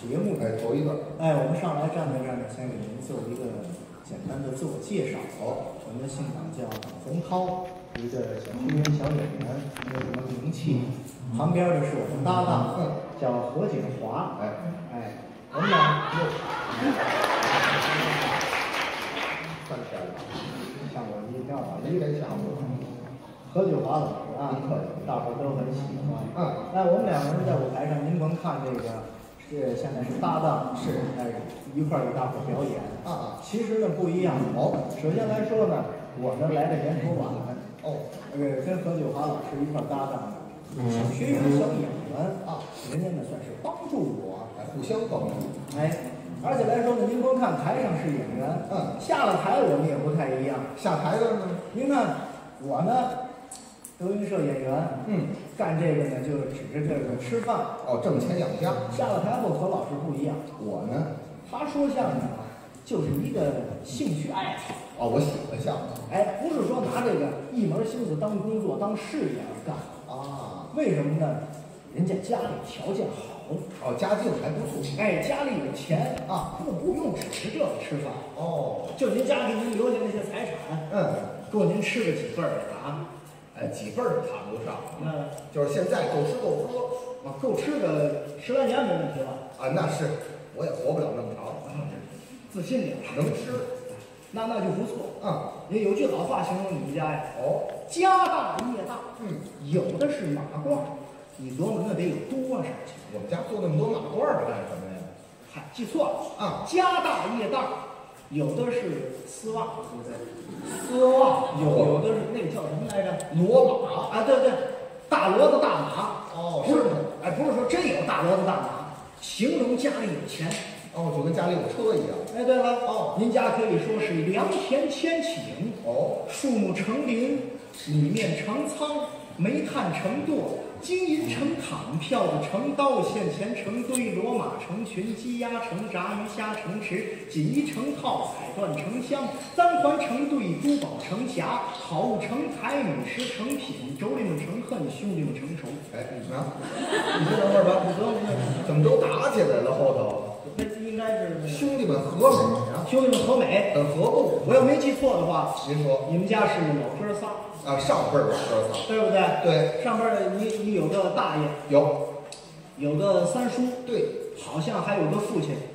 节目。 哎，头一个。 哎，我们上来站在这儿呢，先给您做一个简单的自我介绍。我们的姓党叫洪涛，一个小区员、小演员，没有什么名气。旁边的是我的搭档，叫何景华。我们俩 3天了， 吓我一跳啊！ 没人吓我。 何景华老师啊，大伙儿都很喜欢。我们两个人在舞台上，您甭看这个。现在是搭档，一块儿给大伙表演其实呢不一样首先来说呢，我呢来的年头晚跟何九华老师一块儿搭档的，小学员、小演员人家呢算是帮助我， 互相帮助。 而且来说呢，您甭看台上是演员，下了台我们也不太一样。 下台了呢， 您看我呢。德云社演员，干这个呢就指着这个吃饭挣钱养家。 下了台后和老师不一样， 我呢， 他说相声就是一个兴趣爱好。 我喜欢相声。 不是说拿这个一门心思当工作、当事业而干为什么呢？人家家里条件好， 家境还不错。 家里有钱不用指着这个吃饭就您家给您留下那些财产，够您吃个几辈儿的几辈儿谈不上，就是现在够吃够喝够吃个10来年没问题了那是，我也活不了那么长自信点能吃， 那就不错也有句老话形容你们家呀家大业大有的是马褂，你琢磨那得有多少钱？ 我们家做那么多马褂是干什么呀？ 记错了家大业大，有的是丝袜， 丝袜有的是那个叫什么来着？ 骡马对，大骡子大马不是说真有大骡子大马，形容家里有钱就跟家里有车一样。 对了您家可以说是良田千顷树木成林，里面成仓，煤炭成垛，金银成坎，票子成刀，现钱成堆，骡马成群，鸡鸭成闸，鱼虾成池，锦衣成套，彩缎成箱，簪环成对，珠宝成匣，好物成台，美食成品，妯娌们成恨，兄弟们成仇。 你先等会儿吧，怎么都打起来了后头？ 那应该是兄弟们和美兄弟们和美， 很和睦。 我要没记错的话， 您说你们家是老哥仨上辈儿老哥仨， 对不对？ 对， 上边的你有个大爷，有个三叔， 对， 好像还有个父亲。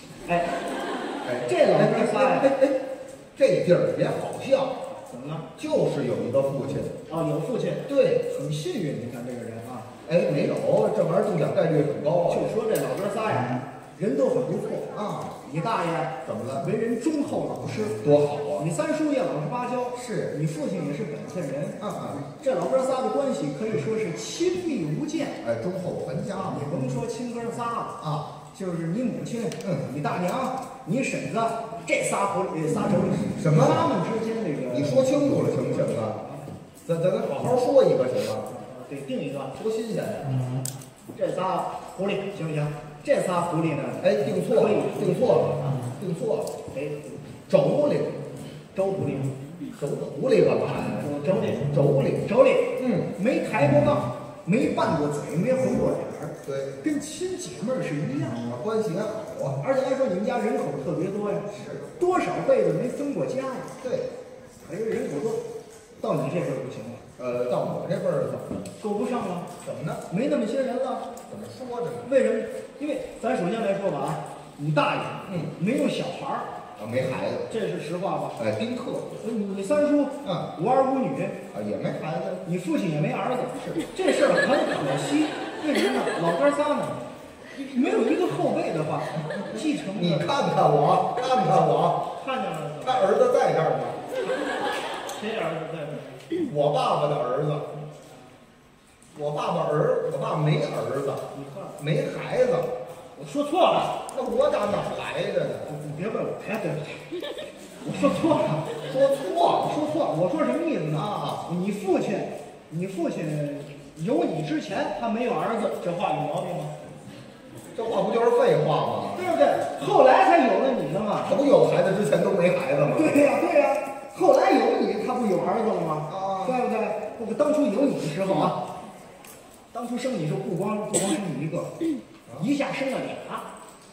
这老哥仨呀， 这地儿也好像怎么了？ 就是有一个父亲有父亲， 对， 很幸运。你看这个人没有，这玩意儿中奖概率很高就说这老哥仨呀，人都很不错你大爷怎么了？ 为人忠厚老实， 多好你三叔也老实巴交， 是你父亲也是本分人这老哥仨的关系可以说是亲密无间， 忠厚传家也甭说亲哥仨了就是你母亲，你大娘，你婶子，这仨妯娌什么？ 他们之间这个， 你说清楚了行不行啊？咱好好说一个行吗？ 得定一个， 多新鲜呀！ 这仨狐狸行不行？这仨狐狸呢？ 定错了，定错了，定错了。妯娌， 周狐狸， 狐狸干嘛呀？妯娌， 没抬过杠，没拌过嘴，没红过脸对， 跟亲姐妹是一样关系还好而且来说你们家人口特别多呀， 是多少辈子没分过家呀？ 对， 人口多，到你这辈儿不行了。 到我这辈儿怎么了？ 够不上了， 怎么呢？ 没那么些人了。 怎么说着呢？ 为什么？因为咱首先来说吧你大爷没有小孩儿没孩子， 这是实话吧？ 丁克。 你三叔无儿无女也没孩子， 你父亲也没儿子，这事儿很可惜。为什么呢？老哥仨呢，没有一个后辈的话继承。 你看看我，看看我， 看见了， 他儿子在这儿呢。 谁儿子在这儿？ 我爸爸的儿子。我爸没儿子，没孩子。 我说错了， 那我打哪来的呢？ 你别问我，对，我说错了，说错了，我说什么意思呢？你父亲有你之前他没有儿子，这话有毛病吗？ 这话不就是废话吗？ 对不对？后来才有了你的嘛。 他不有孩子之前都没孩子吗？ 对呀，后来有你，他不有儿子了吗？对不对？我当初有你的时候当初生你时候不光生你一个，一下生了俩。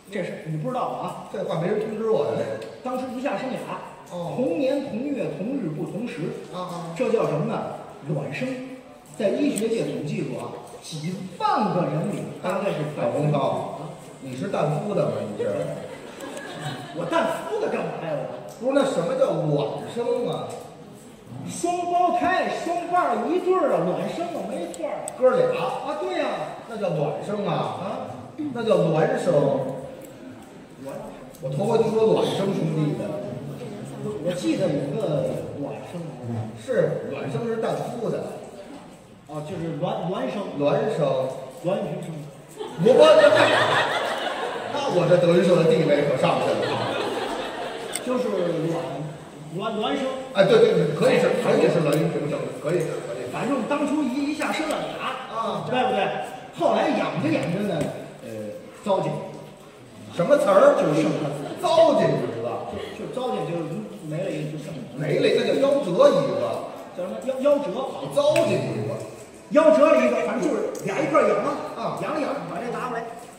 这是你不知道啊？ 这话没人通知我的。 当时一下生俩，同年同月同日不同时这叫什么呢？卵生。在医学界统计过啊，几万个人里大概是小红涛，你是蛋孵的吗？你是？ 我蛋孵的干嘛呀？我不是，那什么叫卵生啊？ 双胞胎、双瓣一对儿啊，卵生啊，没错儿。 哥俩啊，对呀、 那叫卵生啊，那叫孪生。我头回听说卵生兄弟的。 我记得有个卵生， 是卵生是蛋孵的。 哦，就是孪生。 孪生。 孪生。 那我这德云社的地位可上去了。 就是孪生。 哎，对，可以是孪生，可以。 反正当初一下生了俩啊，对不对？后来养着呢，糟践。 什么词儿？ 就是剩下糟践一个， 就糟践就是没了一个，就剩没了一个叫夭折一个， 叫什么夭折？ 糟践一个， 夭折了一个，反正就是俩一块养啊，养把这拿过来，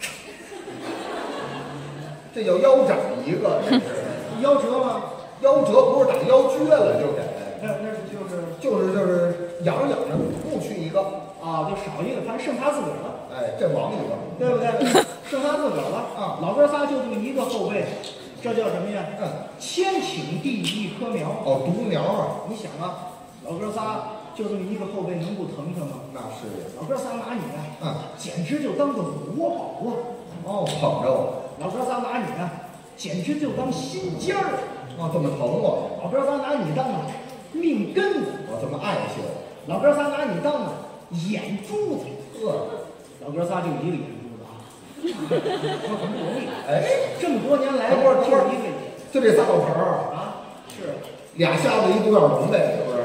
这叫腰斩一个，这是夭折吗？ 夭折不是打腰撅了就给， 那就是养着不去一个啊，就少一个，反正剩他自个儿了。 哎，阵亡一个， 对不对？剩他自个儿了啊！老哥仨就这么一个后辈，这叫什么呀？千顷地一棵苗。 哦，独苗啊！ 你想啊，老哥仨就这么一个后辈，能不疼他吗？ 那是。 老哥仨拿你简直就当个活宝啊！ 哦，捧着我。 老哥仨拿你简直就当心尖儿。 哦，这么疼我。 老哥仨拿你当命根子。 我这么爱惜我。 老哥仨拿你当眼珠子。老哥仨就一个眼珠子啊，说很不容易。 哎， 这么多年来， 等会儿，就这仨老头儿啊，是俩瞎子一独眼龙呗，是不是？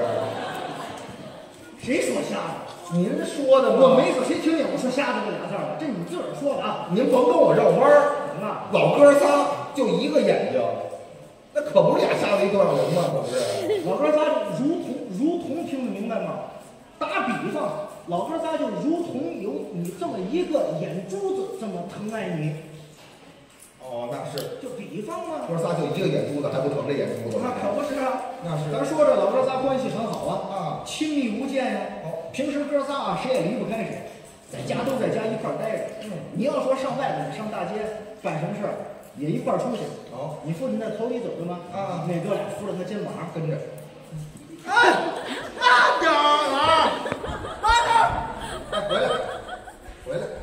谁说瞎的？ 您说的吗？ 我没说，谁听见我说瞎子这俩字了？这你自个儿说的啊！ 您甭跟我绕弯儿。 啊， 老哥仨就一个眼睛，那可不是俩瞎子一独眼龙吗？可不是。 老哥仨如同听得明白吗？打比方。老哥仨就如同有你这么一个眼珠子这么疼爱你。 哦，那是。 就比方嘛。 哥仨就一个眼珠子，还不疼这眼珠子？ 那可不是啊。 那是。 咱说这老哥仨关系很好啊，亲密无间呀。平时哥仨谁也离不开谁，在家都在家一块待着。你要说上外边上大街办什么事儿，也一块出去。你父亲在头里走着吗？那哥俩扶着他肩膀跟着。哎，慢点啊！ 回来，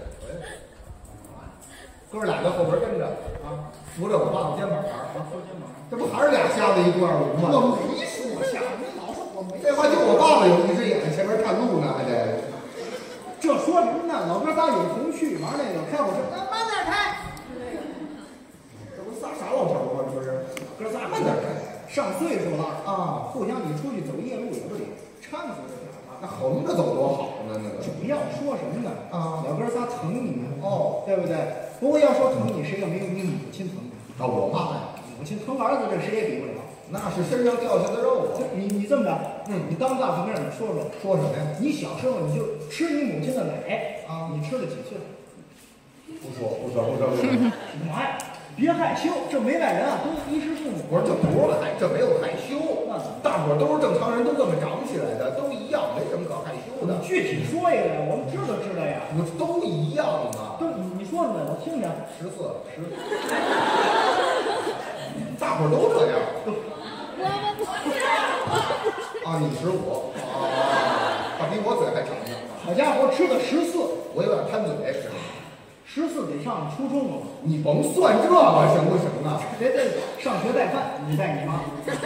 哥俩在后边跟着扶着我爸爸肩膀扶肩膀， 这不还是俩瞎子一独眼龙吗？ 我没说瞎，你老说我没。 这话就我爸爸有一只眼，前面看路呢，还得。 这说什么呢？老哥仨有同去玩那个开火车，慢点开。 这不仨傻老头吗？这不是？ 哥仨慢点开。 上岁数了互相你出去走夜路也不得搀扶着点那横着走多好呢？那个主要说什么呢？老哥仨疼你对不对？不过要说疼你，谁也没有你母亲疼你我妈呀， 母亲疼儿子，这谁也比不了。 那是身上掉下的肉你这么着，你当大旁边你说什么呀？ 你小时候你就吃你母亲的奶你吃了几岁？ 不说。 妈呀！别害羞，这没外人都衣食父母。 我说这不是这没有害羞，大伙儿都是正常人，都这么长起来的，都一样，没什么可害羞的。 你具体说一个呀，我们知道呀。 都一样嘛。 你说出来，我听听。 14，大伙儿都这样。你15，他比我嘴还长呢。 好家伙，吃的14， 我有点贪嘴。 14得上初中了， 你甭算这个行不行啊？ 得上学带饭，你带你妈。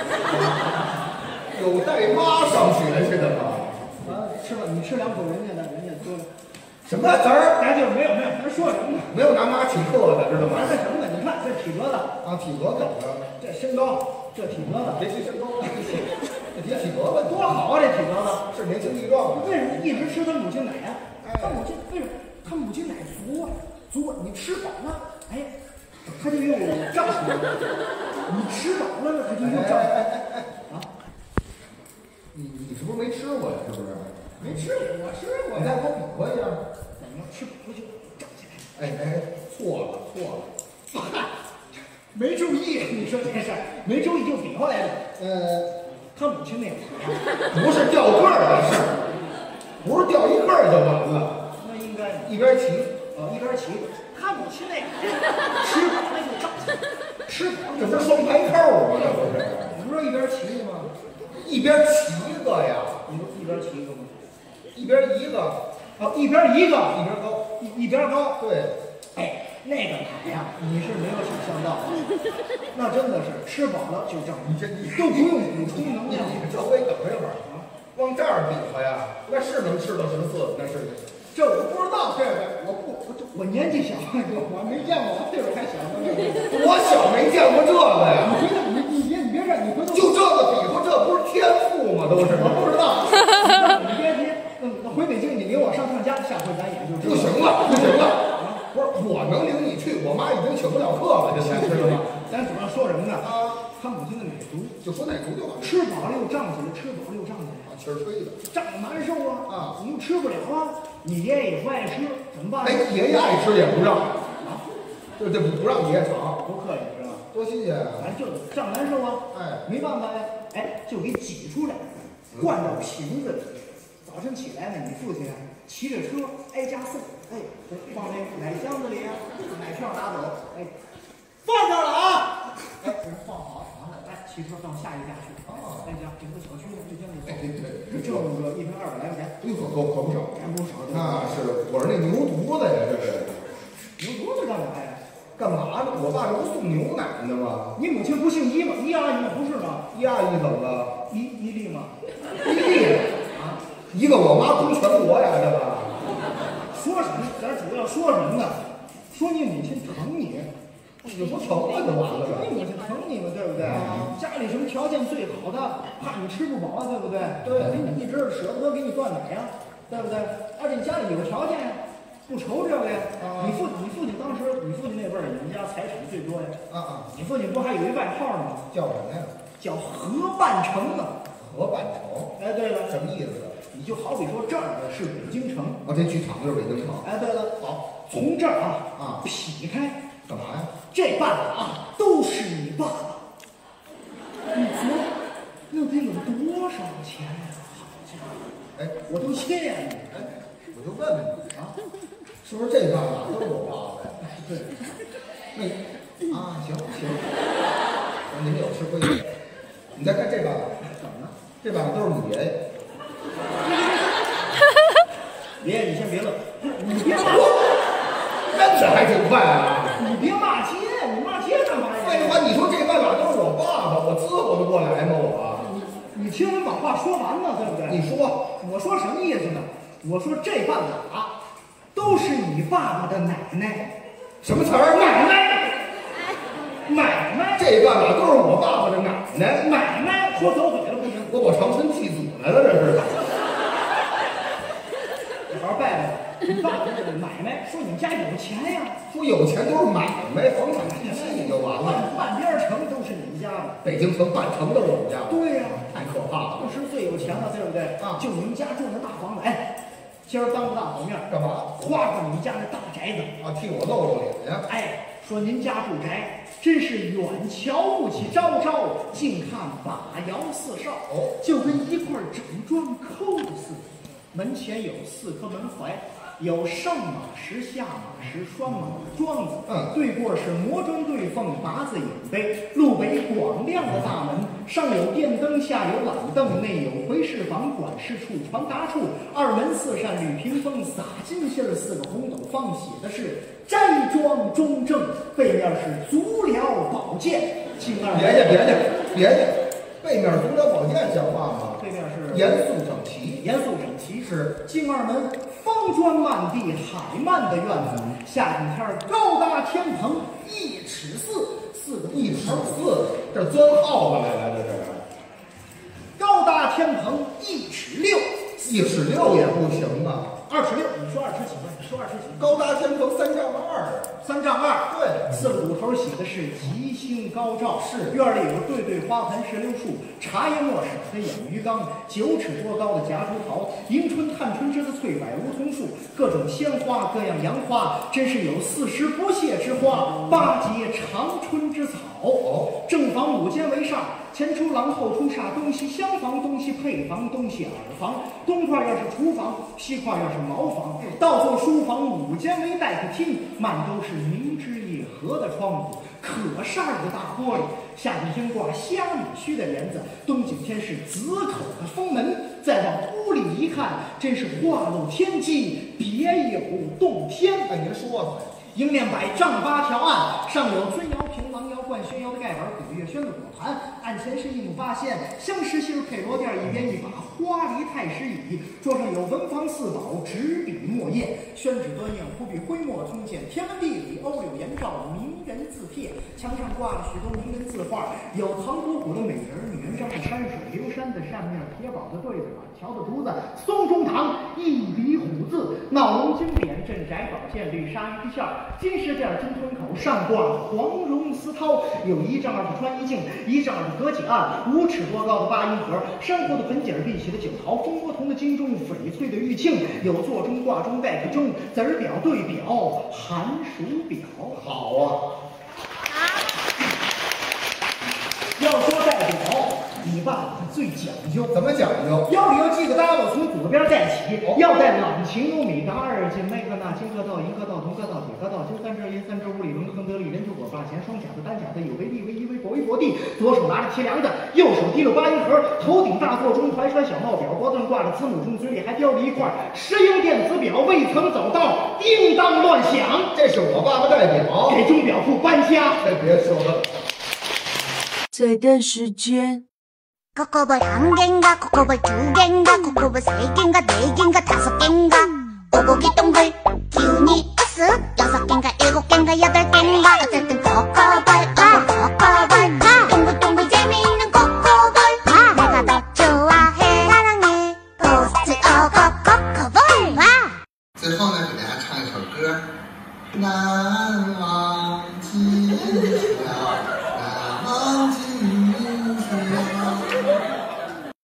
有带妈上学去的吗？ 吃了，你吃2口人家的，人家说什么词儿？ 咱就没有，咱说什么呢？ 没有拿妈请客的，知道吗？ 这什么呢？你看这体格子体格怎么了？ 这身高，这体格子， 别提身高了，这体格子多好啊！这体格子是年轻力壮。 为什么一直吃他母亲奶呀？他母亲为什么？他母亲奶足啊！你吃饱了，他就有胀气。你吃饱了，他就有胀气。 你是不是没吃过呀？是不是？ 没吃过，我吃过。 你再给我比划一下。 怎么吃饱了就胀起来？ 错了。 嗨，没注意，你说这事儿没注意就比划来了。他母亲那会儿不是掉个儿的事儿，不是掉一个儿就完了， 那应该一边骑。 一边骑。他母亲那个吃饱了就照，吃饱了这不是双排扣吗？这不是？ 你不是一边骑吗？ 一边骑一个呀， 你不一边骑一个吗？ 一边一个， 哦，一边一个， 一边高。 一边高。 对， 哎，那个马呀，你是没有想象到的，那真的是吃饱了就长， 你都不用补充能量。 你稍微等一会儿啊，往这儿比划呀，那是能吃到14，那是。 这我不知道，这个我年纪小，我没见过，我岁数还小呢。 我小没见过这个呀。 你回头你别这，你回头就这个比划，这不是天赋吗？都是。 我不知道，你别急，回北京你领我上趟家，下回咱也就知道。 不行了，不行了。不是，我能领你去，我妈已经请不了客了，现在知道吗？ 咱主要说什么呢？ 啊， 他母亲的奶足， 就说奶足就完了。 吃饱了又胀起来，吃饱了又胀起来。 气儿吹的， 胀得难受啊！ 啊， 你又吃不了啊！你爷爷也不爱吃，怎么办？ 哎，爷爷爱吃也不让，这不让爷爷尝， 多客气是吧？ 多新鲜啊！ 咱就胀难受啊！ 哎， 没办法呀！哎，就给挤出来，灌到瓶子里。早晨起来呢，你父亲骑着车挨家送，哎，放那奶箱子里，奶票拿走，哎，放这儿了啊！哎，人放好，完了，哎，骑车到下一家去。哦，挨家整个小区呢，就这么走。 对， 这个1瓶200来块钱， 哎呦，可不少， 真不少。 那是我是那牛犊子呀，这是。 牛犊子干嘛呀？ 干嘛呢？我爸这不送牛奶呢吗？ 你母亲不姓伊吗？伊阿姨吗？不是吗？ 伊阿姨怎么了？ 伊利吗？ 伊利啊，一个我妈攻全国呀，这个。 说什么？咱主要说什么呢？说你母亲疼你。 你就说疼了就完了呗。 你母亲疼你们，对不对？家里什么条件最好的，怕你吃不饱啊，对不对？对，一直舍不得给你断奶呀，对不对？而且你家里有条件呀，不愁这个呀。你父亲当时，你父亲那辈儿，你们家财产最多呀。你父亲不还有一外号吗？ 叫什么呀？ 叫河半城呢。 河半城。 哎，对了， 什么意思？ 你就好比说这儿是北京城， 这剧场就是北京城。 哎，对了，好，从这儿劈开。 干嘛呀？ 这半拉都是你爸爸，你说那得有多少钱呀？好家伙！ 哎， 我都切呀你！ 哎，我就问问你啊，是不是这半拉都是我爸爸呀？ 对， 行，您有吃亏的。你再看这半拉， 怎么了？ 这半拉都是你爷爷。 爷爷，你先别乐，你别骂， 认识还挺快啊！ 你别骂街，你骂街干嘛呀？ 废话，你说这半拉都是我爸爸，我伺候得过来吗？ 你听人把话说完呢，对不对？ 你说， 我说什么意思呢？我说这半拉都是你爸爸的奶奶。 什么词儿？ 奶奶， 这半拉都是我爸爸的奶奶。 奶奶说走鬼了不行， 我长春祭祖来了，这是。 好好拜拜。你爸爸这个买卖说你们家有钱呀， 说有钱都是买卖，房产地契也就完了。 半边城都是你们家的， 北京城半城都是我们家的。 对呀， 太可怕了。 当时最有钱了，对不对？就你们家住那大房子，哎，今儿当不大好面， 干嘛？ 夸夸你们家那大宅子替我露脸呀！ 哎，说您家住宅真是远瞧不起昭昭，近看把摇四少，就跟一块整砖抠的似的。门前有4颗门槐，有上马石、下马石、双马桩子。对过是磨砖对缝、八字影碑。路北广亮的大门，上有电灯，下有懒凳，内有回事房、管事处、传达处。2门4扇绿屏风，洒金芯儿，4个红斗方，写的是斋庄中正，背面是足疗保健。进2 别介，背面足疗保健像话吗？ 对面是严肃整齐， 是进2门方砖漫地，海漫的院子，夏天天高搭天棚1尺4，4个 1尺4，这钻耗子来了，这是。 高搭天棚1尺6，1 尺6也不行啊。 26，你说20几吧？你说20几？ 高大天蓬3丈2。 3丈2。 对， 四个堵头写的是吉星高照。是，院里有对对花盆石榴树，茶叶末省的养鱼缸，9尺多高的夹竹桃，迎春、探春枝的翠柏梧桐树，各种鲜花，各样洋花，真是有40不谢之花，8节长春之草。正房5间为上，前出廊后出煞，东西厢房，东西配房，东西耳房，东块要是厨房，西块要是茅房，倒座书房5间为待客厅，满都是明之夜合的窗户，可扇的大玻璃，下边应挂虾米须的帘子，东景天是紫口的封门，再往屋里一看，真是画露天机，别有洞天。 哎，您说说呀。 迎面摆丈8条案，上有尊窑瓶、狼窑罐、宣窑的盖板、古月轩的果盘，案前是一木八仙，香石心配罗垫，一边一把花梨太师椅，桌上有文房四宝、纸笔墨砚，宣纸端砚、湖笔徽墨，通鉴天文地理、欧柳颜照、名人字帖，墙上挂了许多名人字画，有唐伯虎的美人、女人张的山水、刘山的扇面、铁宝的对子、板桥的竹子、松中堂一笔虎字，闹龙经典、镇宅宝剑、绿纱衣线，金石店、金吞口上挂黄绒丝绦，有1丈2的穿衣镜，1丈2的隔几案，5尺多高的8音盒，珊瑚的盆景，碧玺的酒桃，蜂窝铜的金钟，翡翠的玉磬，有座钟、挂钟、待客钟，子儿表、对表、寒暑表。 好啊。 要说戴表，你爸爸最讲究。 怎么讲究？ 腰里要系个搭子，从左边戴起，要戴朗晴欧米达2进麦克纳金克道银克道铜克道铁克道金3支银3支5里龙亨德利人九果把钱双甲的单甲的有为利为一为国为国地，左手拿着铁梁子，右手提了8音盒，头顶大座钟，怀揣小帽表，脖子上挂着慈母钟，嘴里还叼着一块石英电子表，未曾走到叮当乱响。 这是我爸爸代表给钟表铺搬家。 别说了。 在等时间。 코코볼 1개인가 코코볼 2개인가 코코볼 3개인가 4개인가 5개인가 오고기 동글 기운이 으쓱 6개인가 7개인가 8개인가 어쨌든 코코볼 동글동글 재미있는 코코볼 내가 더 좋아해 사랑해 포스트 오고 코코볼 最后呢，给大家唱一首歌，难忘今宵。